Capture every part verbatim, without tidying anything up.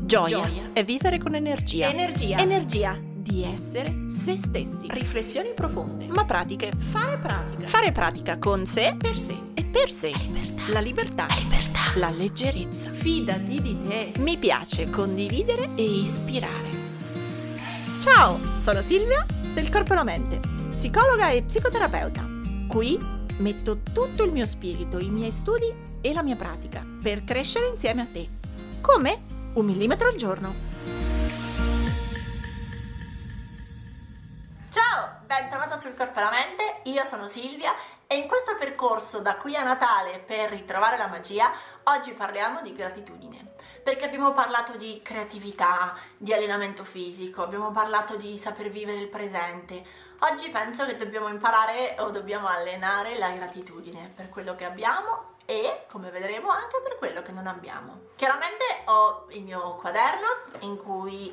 Gioia, Gioia è vivere con energia. Energia. Energia di essere se stessi. Riflessioni profonde. Ma pratiche. Fare pratica. Fare pratica con sé, Per sé. e per sé. La libertà. La libertà. La libertà. La leggerezza. Fidati di te. Mi piace condividere e ispirare. Ciao, sono Silvia del Corpo e la Mente, psicologa e psicoterapeuta. Qui metto tutto il mio spirito, i miei studi e la mia pratica per crescere insieme a te. Come? Un millimetro al giorno. Ciao, bentornata sul Corpo e la Mente, io sono Silvia e in questo percorso da qui a Natale per ritrovare la magia, oggi parliamo di gratitudine. Perché abbiamo parlato di creatività, di allenamento fisico, abbiamo parlato di saper vivere il presente. Oggi penso che dobbiamo imparare o dobbiamo allenare la gratitudine per quello che abbiamo e, come vedremo, anche per quello che non abbiamo. Chiaramente ho il mio quaderno in cui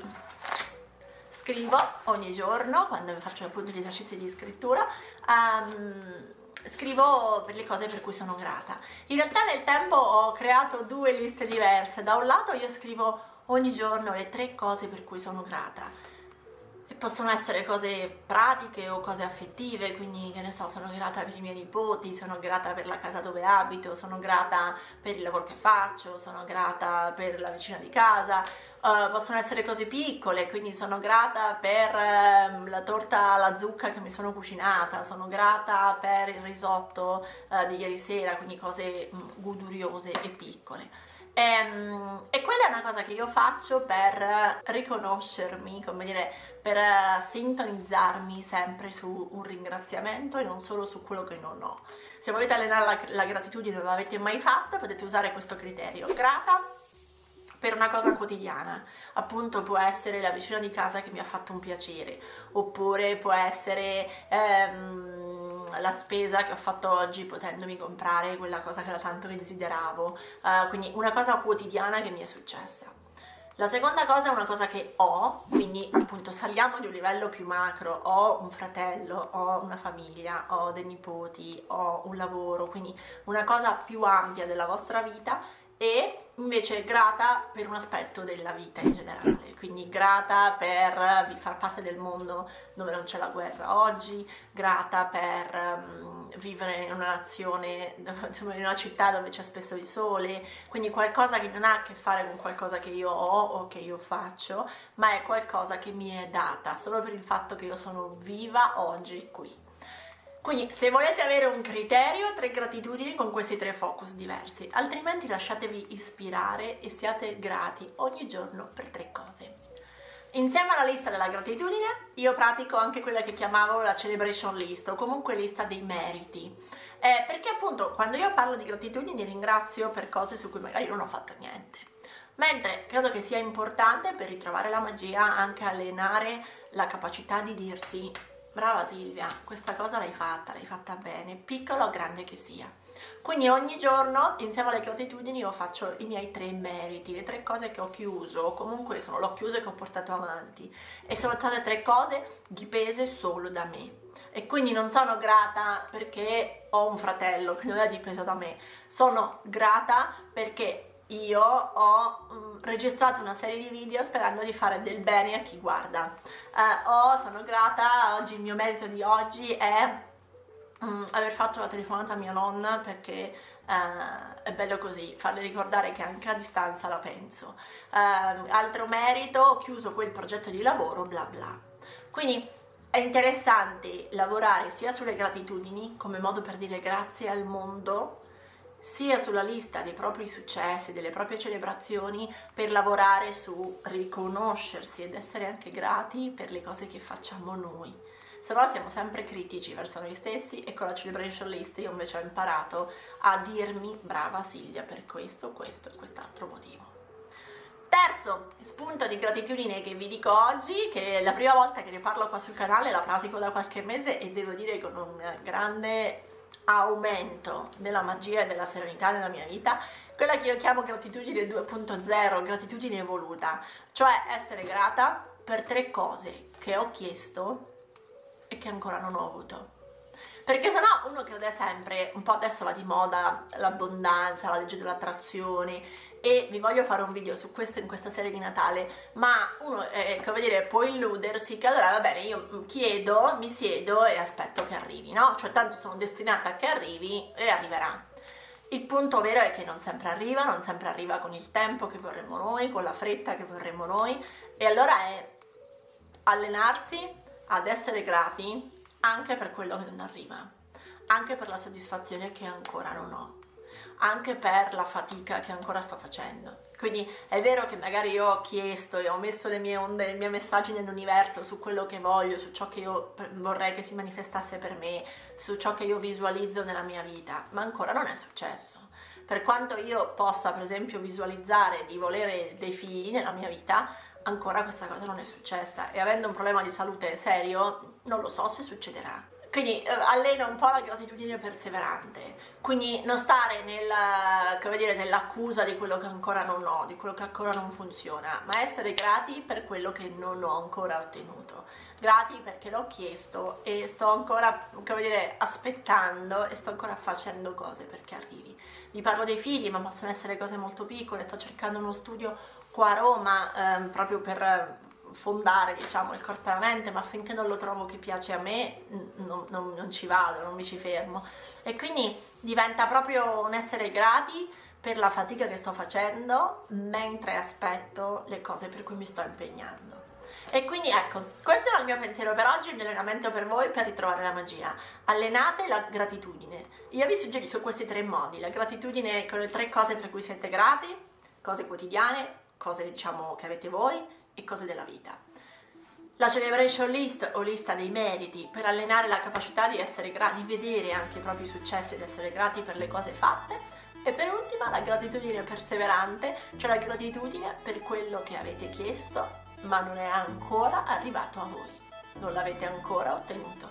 scrivo ogni giorno, quando faccio appunto gli esercizi di scrittura, um, scrivo per le cose per cui sono grata. In realtà nel tempo ho creato due liste diverse. Da un lato io scrivo ogni giorno le tre cose per cui sono grata. E possono essere cose pratiche o cose affettive, quindi che ne so, sono grata per i miei nipoti, sono grata per la casa dove abito, sono grata per il lavoro che faccio, sono grata per la vicina di casa. Uh, possono essere cose piccole, quindi sono grata per uh, la torta alla zucca che mi sono cucinata, sono grata per il risotto uh, di ieri sera, quindi cose um, goduriose e piccole. E, um, e quella è una cosa che io faccio per riconoscermi, come dire, per uh, sintonizzarmi sempre su un ringraziamento e non solo su quello che non ho. Se volete allenare la, la gratitudine e non l'avete mai fatta, potete usare questo criterio: grata per una cosa quotidiana, appunto può essere la vicina di casa che mi ha fatto un piacere, oppure può essere ehm, la spesa che ho fatto oggi potendomi comprare quella cosa che era tanto che desideravo, uh, quindi una cosa quotidiana che mi è successa. La seconda cosa è una cosa che ho, quindi appunto saliamo di un livello più macro: ho un fratello, ho una famiglia, ho dei nipoti, ho un lavoro, quindi una cosa più ampia della vostra vita. E invece grata per un aspetto della vita in generale, quindi grata per far parte del mondo dove non c'è la guerra oggi, grata per um, vivere in una nazione, insomma in una città dove c'è spesso il sole, quindi qualcosa che non ha a che fare con qualcosa che io ho o che io faccio, ma è qualcosa che mi è data solo per il fatto che io sono viva oggi qui. Quindi se volete avere un criterio, tre gratitudini con questi tre focus diversi, altrimenti lasciatevi ispirare e siate grati ogni giorno per tre cose. Insieme alla lista della gratitudine io pratico anche quella che chiamavo la celebration list, o comunque lista dei meriti, eh, perché appunto quando io parlo di gratitudini ringrazio per cose su cui magari non ho fatto niente. Mentre credo che sia importante per ritrovare la magia anche allenare la capacità di dirsi: brava Silvia, questa cosa l'hai fatta, l'hai fatta bene, piccola o grande che sia. Quindi ogni giorno, insieme alle gratitudini, io faccio i miei tre meriti, le tre cose che ho chiuso, o comunque sono l'ho chiuso e che ho portato avanti. E sono state tre cose dipese solo da me. E quindi non sono grata perché ho un fratello che non è dipeso da me, sono grata perché io ho um, registrato una serie di video sperando di fare del bene a chi guarda. Uh, oh, sono grata, oggi il mio merito di oggi è um, aver fatto la telefonata a mia nonna, perché uh, è bello così, farle ricordare che anche a distanza la penso. Uh, altro merito, ho chiuso quel progetto di lavoro, bla bla. Quindi è interessante lavorare sia sulle gratitudini come modo per dire grazie al mondo, sia sulla lista dei propri successi, delle proprie celebrazioni, per lavorare su riconoscersi ed essere anche grati per le cose che facciamo noi. Se no siamo sempre critici verso noi stessi, e con la celebration list io invece ho imparato a dirmi: brava Silvia per questo, questo e quest'altro motivo. Terzo spunto di gratitudine che vi dico oggi, che è la prima volta che ne parlo qua sul canale, la pratico da qualche mese e devo dire con un grande aumento della magia e della serenità nella mia vita, quella che io chiamo gratitudine due punto zero, gratitudine evoluta, cioè essere grata per tre cose che ho chiesto e che ancora non ho avuto. perché sennò uno crede sempre, un po' adesso va di moda l'abbondanza, la legge dell'attrazione, e vi voglio fare un video su questo in questa serie di Natale, ma uno, eh, come dire, può illudersi che allora va bene, io chiedo, mi siedo e aspetto che arrivi, no? Cioè tanto sono destinata a che arrivi e arriverà. Il punto vero è che non sempre arriva, non sempre arriva con il tempo che vorremmo noi, con la fretta che vorremmo noi, e allora è allenarsi ad essere grati anche per quello che non arriva, anche per la soddisfazione che ancora non ho, anche per la fatica che ancora sto facendo. Quindi è vero che magari io ho chiesto e ho messo le mie onde, i miei messaggi nell'universo su quello che voglio, su ciò che io vorrei che si manifestasse per me, su ciò che io visualizzo nella mia vita, ma ancora non è successo. Per quanto io possa, per esempio, visualizzare di volere dei figli nella mia vita, ancora questa cosa non è successa, e avendo un problema di salute serio non lo so se succederà. Quindi eh, allena un po' la gratitudine perseverante, quindi non stare nel, come dire, nell'accusa di quello che ancora non ho, di quello che ancora non funziona, ma essere grati per quello che non ho ancora ottenuto, grati perché l'ho chiesto e sto ancora, come dire, aspettando e sto ancora facendo cose perché arrivi. Vi parlo dei figli, ma possono essere cose molto piccole. Sto cercando uno studio qua a Roma ehm, proprio per fondare, diciamo, il corpo e la mente, ma finché non lo trovo che piace a me non, non, non ci vado, non mi ci fermo, e quindi diventa proprio un essere grati per la fatica che sto facendo mentre aspetto le cose per cui mi sto impegnando. E quindi ecco, questo era il mio pensiero per oggi, il mio allenamento per voi per ritrovare la magia. Allenate la gratitudine. Io vi suggerisco questi tre modi: la gratitudine con le tre cose per cui siete grati, cose quotidiane, cose diciamo che avete voi, e cose della vita. La celebration list o lista dei meriti per allenare la capacità di essere grati, di vedere anche i propri successi ed essere grati per le cose fatte. E per ultima la gratitudine perseverante, cioè la gratitudine per quello che avete chiesto ma non è ancora arrivato a voi, non l'avete ancora ottenuto.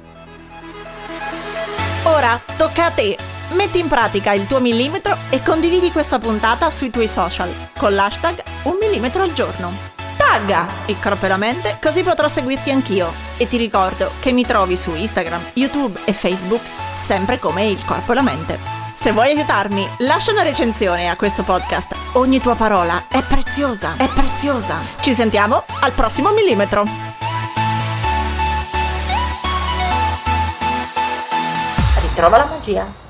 Ora tocca a te! Metti in pratica il tuo millimetro e condividi questa puntata sui tuoi social con l'hashtag un millimetro al giorno. Tagga il corpo e la mente, così potrò seguirti anch'io. E ti ricordo che mi trovi su Instagram, YouTube e Facebook sempre come il corpo e la mente. Se vuoi aiutarmi, lascia una recensione a questo podcast. Ogni tua parola è preziosa, è preziosa. Ci sentiamo al prossimo millimetro. Ritrova la magia.